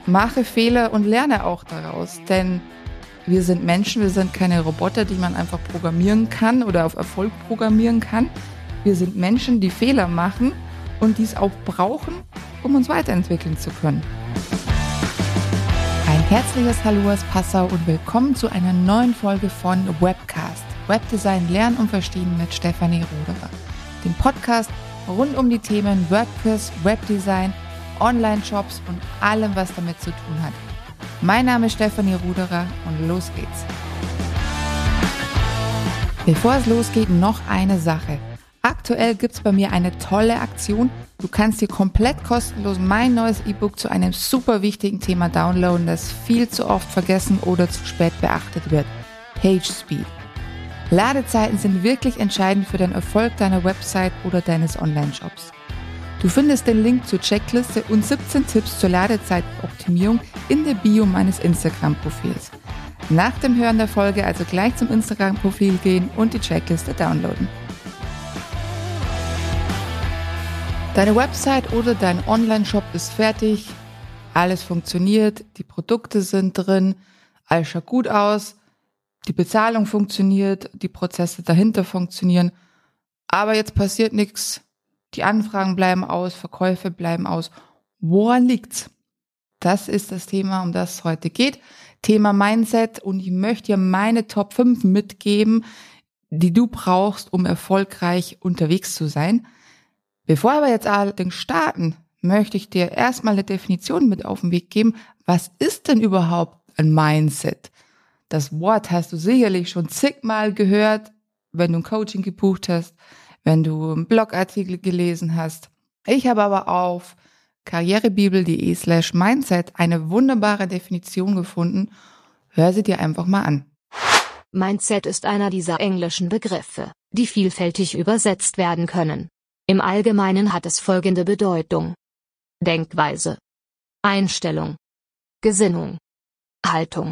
mache Fehler und lerne auch daraus, denn wir sind Menschen, wir sind keine Roboter, die man einfach programmieren kann oder auf Erfolg programmieren kann. Wir sind Menschen, die Fehler machen und dies auch brauchen, um uns weiterentwickeln zu können. Ein herzliches Hallo aus Passau und willkommen zu einer neuen Folge von Webcast. Webdesign lernen und verstehen mit Stefanie Ruderer. Dem Podcast rund um die Themen WordPress, Webdesign, Online-Shops und allem, was damit zu tun hat. Mein Name ist Stefanie Ruderer und los geht's. Bevor es losgeht, noch eine Sache. Aktuell gibt's bei mir eine tolle Aktion. Du kannst dir komplett kostenlos mein neues E-Book zu einem super wichtigen Thema downloaden, das viel zu oft vergessen oder zu spät beachtet wird. PageSpeed. Ladezeiten sind wirklich entscheidend für den Erfolg deiner Website oder deines Online-Shops. Du findest den Link zur Checkliste und 17 Tipps zur Ladezeitoptimierung in der Bio meines Instagram-Profils. Nach dem Hören der Folge also gleich zum Instagram-Profil gehen und die Checkliste downloaden. Deine Website oder dein Online-Shop ist fertig, alles funktioniert, die Produkte sind drin, alles schaut gut aus, die Bezahlung funktioniert, die Prozesse dahinter funktionieren, aber jetzt passiert nichts. Die Anfragen bleiben aus, Verkäufe bleiben aus. Woran liegt's? Das ist das Thema, um das es heute geht. Thema Mindset, und ich möchte dir meine Top 5 mitgeben, die du brauchst, um erfolgreich unterwegs zu sein. Bevor wir jetzt allerdings starten, möchte ich dir erstmal eine Definition mit auf den Weg geben. Was ist denn überhaupt ein Mindset? Das Wort hast du sicherlich schon zigmal gehört, wenn du ein Coaching gebucht hast, wenn du einen Blogartikel gelesen hast. Ich habe aber auf karrierebibel.de/mindset eine wunderbare Definition gefunden. Hör sie dir einfach mal an. Mindset ist einer dieser englischen Begriffe, die vielfältig übersetzt werden können. Im Allgemeinen hat es folgende Bedeutung: Denkweise, Einstellung, Gesinnung, Haltung,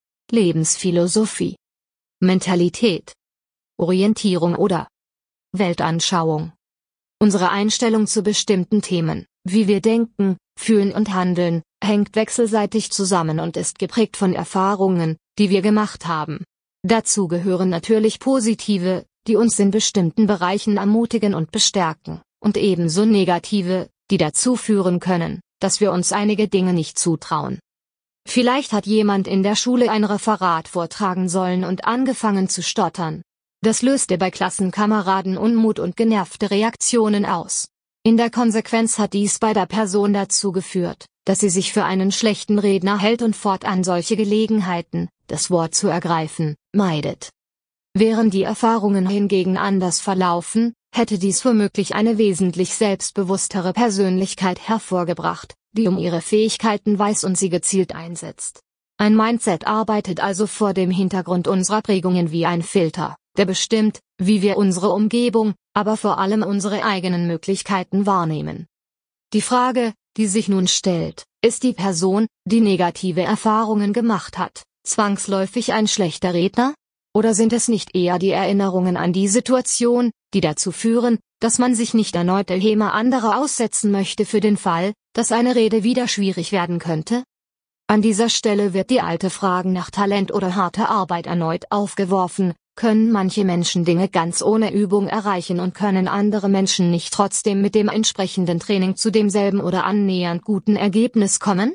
Lebensphilosophie, Mentalität, Orientierung oder Weltanschauung. Unsere Einstellung zu bestimmten Themen, wie wir denken, fühlen und handeln, hängt wechselseitig zusammen und ist geprägt von Erfahrungen, die wir gemacht haben. Dazu gehören natürlich positive, die uns in bestimmten Bereichen ermutigen und bestärken, und ebenso negative, die dazu führen können, dass wir uns einige Dinge nicht zutrauen. Vielleicht hat jemand in der Schule ein Referat vortragen sollen und angefangen zu stottern. Das löste bei Klassenkameraden Unmut und genervte Reaktionen aus. In der Konsequenz hat dies bei der Person dazu geführt, dass sie sich für einen schlechten Redner hält und fortan solche Gelegenheiten, das Wort zu ergreifen, meidet. Wären die Erfahrungen hingegen anders verlaufen, hätte dies womöglich eine wesentlich selbstbewusstere Persönlichkeit hervorgebracht, die um ihre Fähigkeiten weiß und sie gezielt einsetzt. Ein Mindset arbeitet also vor dem Hintergrund unserer Prägungen wie ein Filter, der bestimmt, wie wir unsere Umgebung, aber vor allem unsere eigenen Möglichkeiten wahrnehmen. Die Frage, die sich nun stellt, ist die Person, die negative Erfahrungen gemacht hat, zwangsläufig ein schlechter Redner? Oder sind es nicht eher die Erinnerungen an die Situation, die dazu führen, dass man sich nicht erneut der Häme anderer aussetzen möchte für den Fall, dass eine Rede wieder schwierig werden könnte? An dieser Stelle wird die alte Frage nach Talent oder harter Arbeit erneut aufgeworfen. Können manche Menschen Dinge ganz ohne Übung erreichen und können andere Menschen nicht trotzdem mit dem entsprechenden Training zu demselben oder annähernd guten Ergebnis kommen?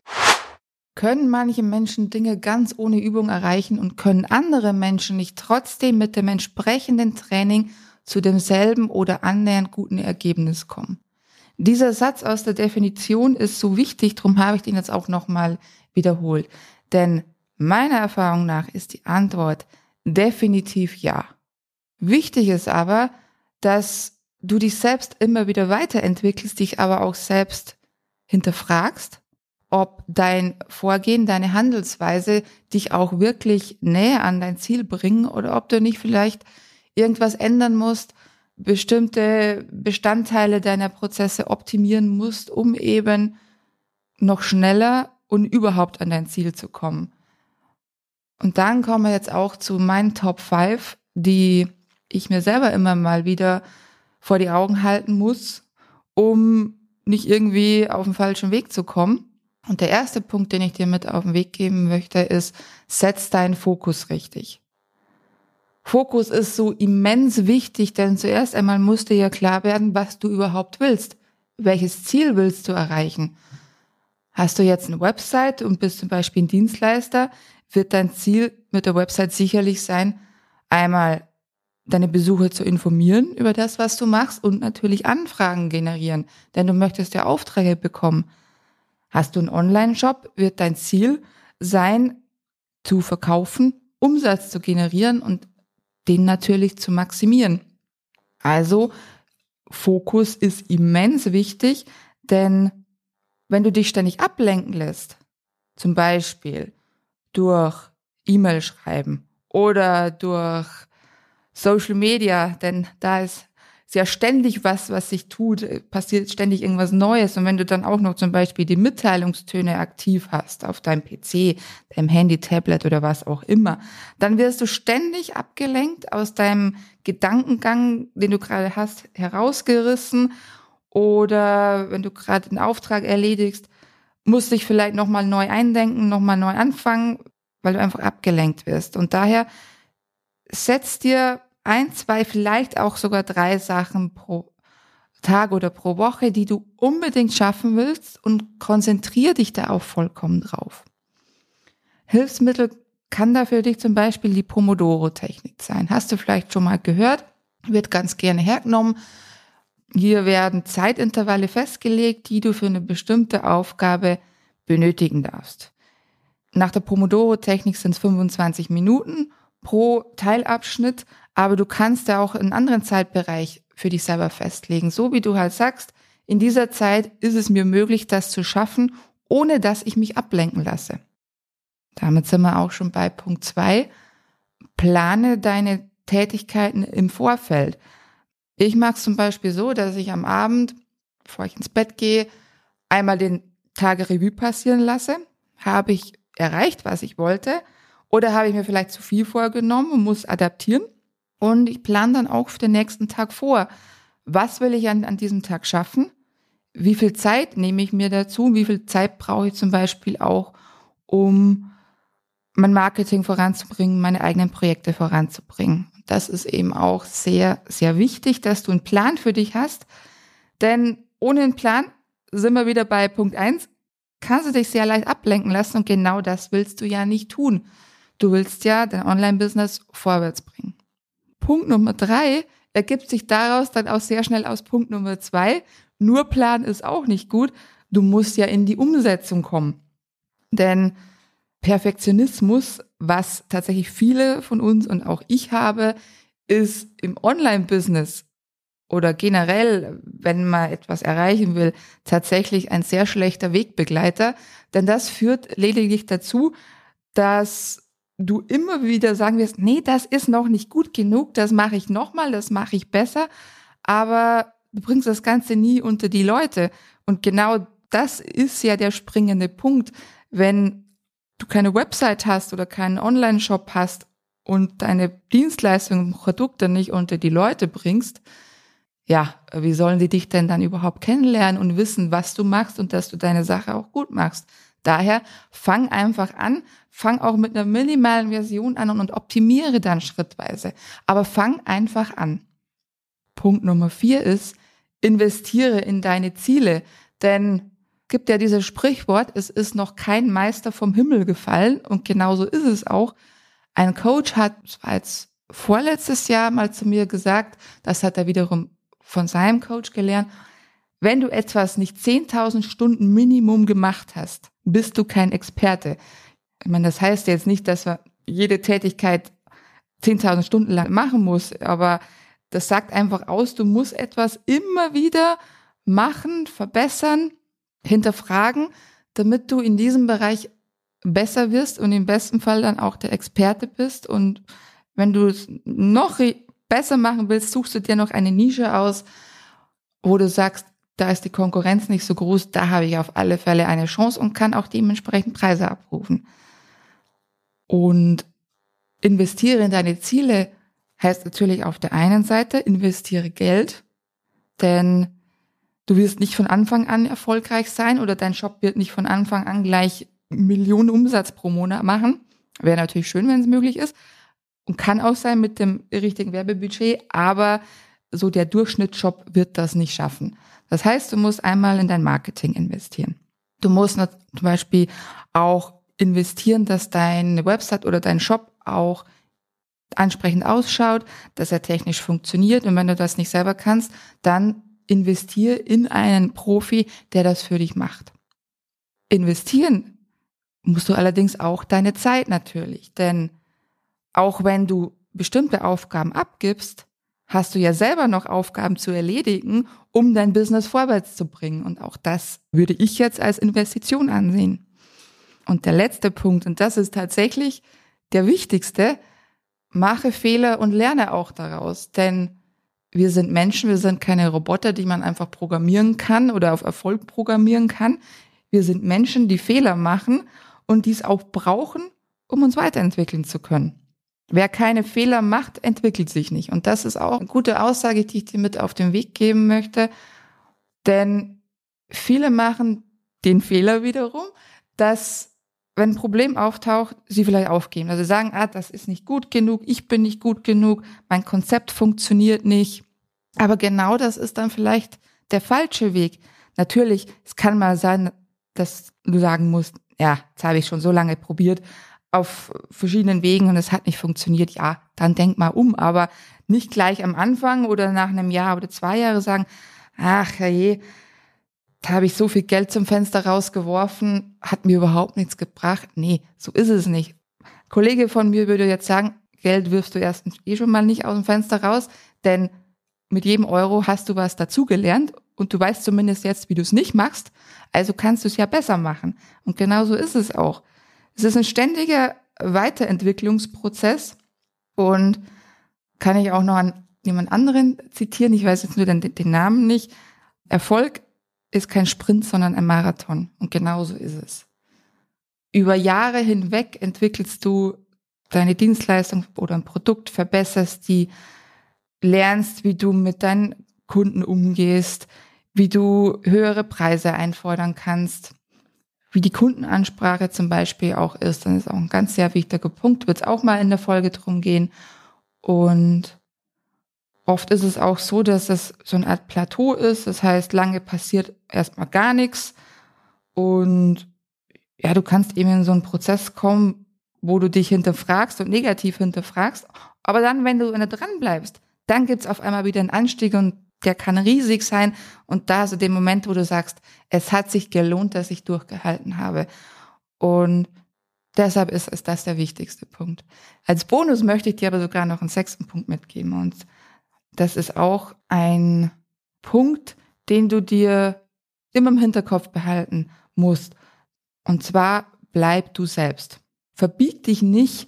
Können manche Menschen Dinge ganz ohne Übung erreichen und können andere Menschen nicht trotzdem mit dem entsprechenden Training zu demselben oder annähernd guten Ergebnis kommen? Dieser Satz aus der Definition ist so wichtig, darum habe ich den jetzt auch nochmal wiederholt. Denn meiner Erfahrung nach ist die Antwort definitiv ja. Wichtig ist aber, dass du dich selbst immer wieder weiterentwickelst, dich aber auch selbst hinterfragst, ob dein Vorgehen, deine Handelsweise dich auch wirklich näher an dein Ziel bringen oder ob du nicht vielleicht irgendwas ändern musst, bestimmte Bestandteile deiner Prozesse optimieren musst, um eben noch schneller und überhaupt an dein Ziel zu kommen. Und dann kommen wir jetzt auch zu meinen Top 5, die ich mir selber immer mal wieder vor die Augen halten muss, um nicht irgendwie auf den falschen Weg zu kommen. Und der erste Punkt, den ich dir mit auf den Weg geben möchte, ist, setz deinen Fokus richtig. Fokus ist so immens wichtig, denn zuerst einmal muss dir ja klar werden, was du überhaupt willst. Welches Ziel willst du erreichen? Hast du jetzt eine Website und bist zum Beispiel ein Dienstleister, wird dein Ziel mit der Website sicherlich sein, einmal deine Besucher zu informieren über das, was du machst und natürlich Anfragen generieren, denn du möchtest ja Aufträge bekommen. Hast du einen Online-Shop, wird dein Ziel sein, zu verkaufen, Umsatz zu generieren und den natürlich zu maximieren. Also Fokus ist immens wichtig, denn wenn du dich ständig ablenken lässt, zum Beispiel durch E-Mail schreiben oder durch Social Media, denn da ist ja ständig was sich tut, passiert ständig irgendwas Neues. Und wenn du dann auch noch zum Beispiel die Mitteilungstöne aktiv hast auf deinem PC, deinem Handy, Tablet oder was auch immer, dann wirst du ständig abgelenkt, aus deinem Gedankengang, den du gerade hast, herausgerissen. Oder wenn du gerade einen Auftrag erledigst, musst dich vielleicht nochmal neu eindenken, nochmal neu anfangen, weil du einfach abgelenkt wirst. Und daher setz dir 1, 2, vielleicht auch sogar 3 Sachen pro Tag oder pro Woche, die du unbedingt schaffen willst und konzentrier dich da auch vollkommen drauf. Hilfsmittel kann da für dich zum Beispiel die Pomodoro-Technik sein. Hast du vielleicht schon mal gehört? Wird ganz gerne hergenommen. Hier werden Zeitintervalle festgelegt, die du für eine bestimmte Aufgabe benötigen darfst. Nach der Pomodoro-Technik sind es 25 Minuten pro Teilabschnitt, aber du kannst ja auch einen anderen Zeitbereich für dich selber festlegen. So wie du halt sagst, in dieser Zeit ist es mir möglich, das zu schaffen, ohne dass ich mich ablenken lasse. Damit sind wir auch schon bei Punkt 2. Plane deine Tätigkeiten im Vorfeld. Ich mache es zum Beispiel so, dass ich am Abend, bevor ich ins Bett gehe, einmal den Tag Revue passieren lasse. Habe ich erreicht, was ich wollte? Oder habe ich mir vielleicht zu viel vorgenommen und muss adaptieren? Und ich plane dann auch für den nächsten Tag vor. Was will ich an diesem Tag schaffen? Wie viel Zeit nehme ich mir dazu? Wie viel Zeit brauche ich zum Beispiel auch, um mein Marketing voranzubringen, meine eigenen Projekte voranzubringen? Das ist eben auch sehr, sehr wichtig, dass du einen Plan für dich hast. Denn ohne einen Plan sind wir wieder bei Punkt 1, kannst du dich sehr leicht ablenken lassen und genau das willst du ja nicht tun. Du willst ja dein Online-Business vorwärts bringen. Punkt Nummer 3 ergibt sich daraus dann auch sehr schnell aus Punkt Nummer 2. Nur Plan ist auch nicht gut. Du musst ja in die Umsetzung kommen. Denn Perfektionismus, was tatsächlich viele von uns und auch ich habe, ist im Online-Business oder generell, wenn man etwas erreichen will, tatsächlich ein sehr schlechter Wegbegleiter. Denn das führt lediglich dazu, dass du immer wieder sagen wirst, nee, das ist noch nicht gut genug, das mache ich nochmal, das mache ich besser, aber du bringst das Ganze nie unter die Leute. Und genau das ist ja der springende Punkt, wenn du keine Website hast oder keinen Online-Shop hast und deine Dienstleistungen und Produkte nicht unter die Leute bringst, ja, wie sollen die dich denn dann überhaupt kennenlernen und wissen, was du machst und dass du deine Sache auch gut machst? Daher fang einfach an, fang auch mit einer minimalen Version an und optimiere dann schrittweise. Aber fang einfach an. Punkt Nummer 4 ist, investiere in deine Ziele, denn es gibt ja dieses Sprichwort, es ist noch kein Meister vom Himmel gefallen und genauso ist es auch. Ein Coach hat, das war jetzt vorletztes Jahr mal zu mir gesagt, das hat er wiederum von seinem Coach gelernt, wenn du etwas nicht 10.000 Stunden Minimum gemacht hast, bist du kein Experte. Ich meine, das heißt jetzt nicht, dass man jede Tätigkeit 10.000 Stunden lang machen muss, aber das sagt einfach aus, du musst etwas immer wieder machen, verbessern, hinterfragen, damit du in diesem Bereich besser wirst und im besten Fall dann auch der Experte bist. Und wenn du es noch besser machen willst, suchst du dir noch eine Nische aus, wo du sagst, da ist die Konkurrenz nicht so groß, da habe ich auf alle Fälle eine Chance und kann auch dementsprechend Preise abrufen. Und investiere in deine Ziele heißt natürlich auf der einen Seite, investiere Geld, denn Du wirst nicht von Anfang an erfolgreich sein oder dein Shop wird nicht von Anfang an gleich Millionen Umsatz pro Monat machen. Wäre natürlich schön, wenn es möglich ist. Und kann auch sein mit dem richtigen Werbebudget, aber so der Durchschnittsshop wird das nicht schaffen. Das heißt, du musst einmal in dein Marketing investieren. Du musst zum Beispiel auch investieren, dass deine Website oder dein Shop auch ansprechend ausschaut, dass er technisch funktioniert. Und wenn du das nicht selber kannst, dann investier in einen Profi, der das für dich macht. Investieren musst du allerdings auch deine Zeit natürlich, denn auch wenn du bestimmte Aufgaben abgibst, hast du ja selber noch Aufgaben zu erledigen, um dein Business vorwärts zu bringen. Und auch das würde ich jetzt als Investition ansehen. Und der letzte Punkt, und das ist tatsächlich der wichtigste, mache Fehler und lerne auch daraus. Denn wir sind Menschen, wir sind keine Roboter, die man einfach programmieren kann oder auf Erfolg programmieren kann. Wir sind Menschen, die Fehler machen und dies auch brauchen, um uns weiterentwickeln zu können. Wer keine Fehler macht, entwickelt sich nicht. Und das ist auch eine gute Aussage, die ich dir mit auf den Weg geben möchte. Denn viele machen den Fehler wiederum, dass, wenn ein Problem auftaucht, sie vielleicht aufgeben. Also sie sagen, das ist nicht gut genug, ich bin nicht gut genug, mein Konzept funktioniert nicht. Aber genau das ist dann vielleicht der falsche Weg. Natürlich, es kann mal sein, dass du sagen musst, ja, jetzt habe ich schon so lange probiert, auf verschiedenen Wegen und es hat nicht funktioniert, ja, dann denk mal um, aber nicht gleich am Anfang oder nach einem Jahr oder 2 Jahre sagen, ach herrje, da habe ich so viel Geld zum Fenster rausgeworfen, hat mir überhaupt nichts gebracht. Nee, so ist es nicht. Ein Kollege von mir würde jetzt sagen, Geld wirfst du erstens schon mal nicht aus dem Fenster raus, denn mit jedem Euro hast du was dazugelernt und du weißt zumindest jetzt, wie du es nicht machst, also kannst du es ja besser machen. Und genau so ist es auch. Es ist ein ständiger Weiterentwicklungsprozess und kann ich auch noch an jemand anderen zitieren, ich weiß jetzt nur den Namen nicht. Erfolg ist kein Sprint, sondern ein Marathon und genau so ist es. Über Jahre hinweg entwickelst du deine Dienstleistung oder ein Produkt, verbesserst die, lernst, wie du mit deinen Kunden umgehst, wie du höhere Preise einfordern kannst, wie die Kundenansprache zum Beispiel auch ist. Dann ist auch ein ganz sehr wichtiger Punkt, wird es auch mal in der Folge drum gehen. Und oft ist es auch so, dass es so eine Art Plateau ist. Das heißt, lange passiert erstmal gar nichts. Und ja, du kannst eben in so einen Prozess kommen, wo du dich hinterfragst und negativ hinterfragst. Aber dann, wenn du dran bleibst, dann gibt's auf einmal wieder einen Anstieg und der kann riesig sein. Und da ist der Moment, wo du sagst, es hat sich gelohnt, dass ich durchgehalten habe. Und deshalb ist das der wichtigste Punkt. Als Bonus möchte ich dir aber sogar noch einen 6. Punkt mitgeben. Und das ist auch ein Punkt, den du dir immer im Hinterkopf behalten musst. Und zwar bleib du selbst. Verbieg dich nicht,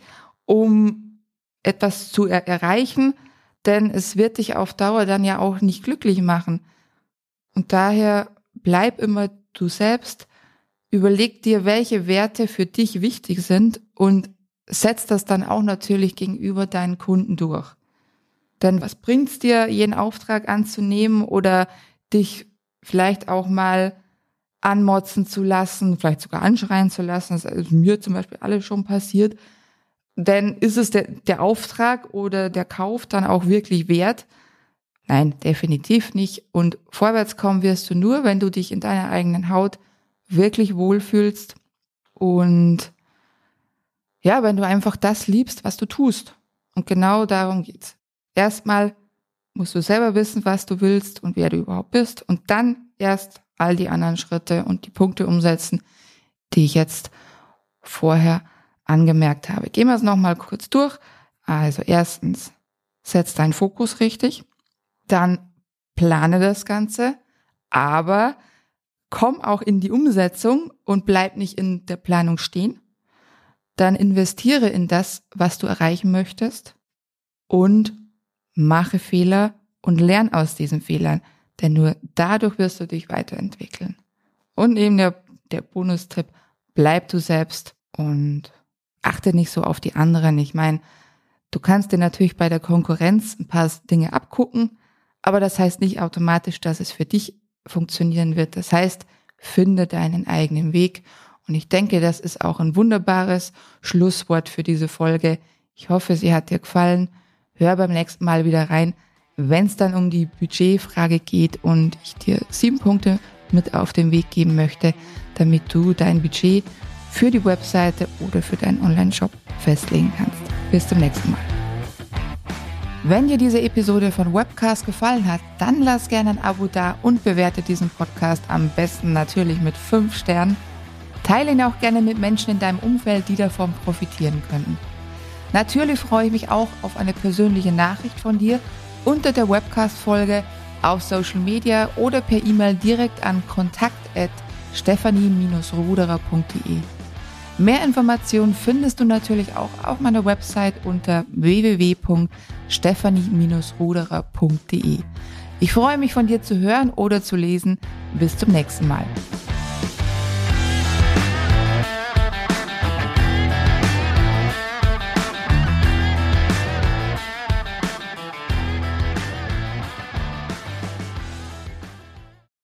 um etwas zu erreichen, denn es wird dich auf Dauer dann ja auch nicht glücklich machen. Und daher bleib immer du selbst, überleg dir, welche Werte für dich wichtig sind und setz das dann auch natürlich gegenüber deinen Kunden durch. Denn was bringt's dir, jeden Auftrag anzunehmen oder dich vielleicht auch mal anmotzen zu lassen, vielleicht sogar anschreien zu lassen? Das ist mir zum Beispiel alles schon passiert. Denn ist es der Auftrag oder der Kauf dann auch wirklich wert? Nein, definitiv nicht. Und vorwärts kommen wirst du nur, wenn du dich in deiner eigenen Haut wirklich wohlfühlst und ja, wenn du einfach das liebst, was du tust. Und genau darum geht's. Erstmal musst du selber wissen, was du willst und wer du überhaupt bist und dann erst all die anderen Schritte und die Punkte umsetzen, die ich jetzt vorher angemerkt habe. Gehen wir es nochmal kurz durch. Also erstens, setz deinen Fokus richtig, dann plane das Ganze, aber komm auch in die Umsetzung und bleib nicht in der Planung stehen. Dann investiere in das, was du erreichen möchtest und mache Fehler und lern aus diesen Fehlern, denn nur dadurch wirst du dich weiterentwickeln. Und eben der Bonustipp, bleib du selbst und achte nicht so auf die anderen. Ich meine, du kannst dir natürlich bei der Konkurrenz ein paar Dinge abgucken, aber das heißt nicht automatisch, dass es für dich funktionieren wird. Das heißt, finde deinen eigenen Weg. Und ich denke, das ist auch ein wunderbares Schlusswort für diese Folge. Ich hoffe, sie hat dir gefallen. Hör beim nächsten Mal wieder rein, wenn es dann um die Budgetfrage geht und ich dir 7 Punkte mit auf den Weg geben möchte, damit du dein Budget für die Webseite oder für deinen Online-Shop festlegen kannst. Bis zum nächsten Mal. Wenn dir diese Episode von Webcast gefallen hat, dann lass gerne ein Abo da und bewerte diesen Podcast am besten natürlich mit 5 Sternen. Teile ihn auch gerne mit Menschen in deinem Umfeld, die davon profitieren könnten. Natürlich freue ich mich auch auf eine persönliche Nachricht von dir unter der Webcast-Folge auf Social Media oder per E-Mail direkt an kontakt@stephanie-ruderer.de. Mehr Informationen findest du natürlich auch auf meiner Website unter www.stephanie-ruderer.de. Ich freue mich, von dir zu hören oder zu lesen. Bis zum nächsten Mal.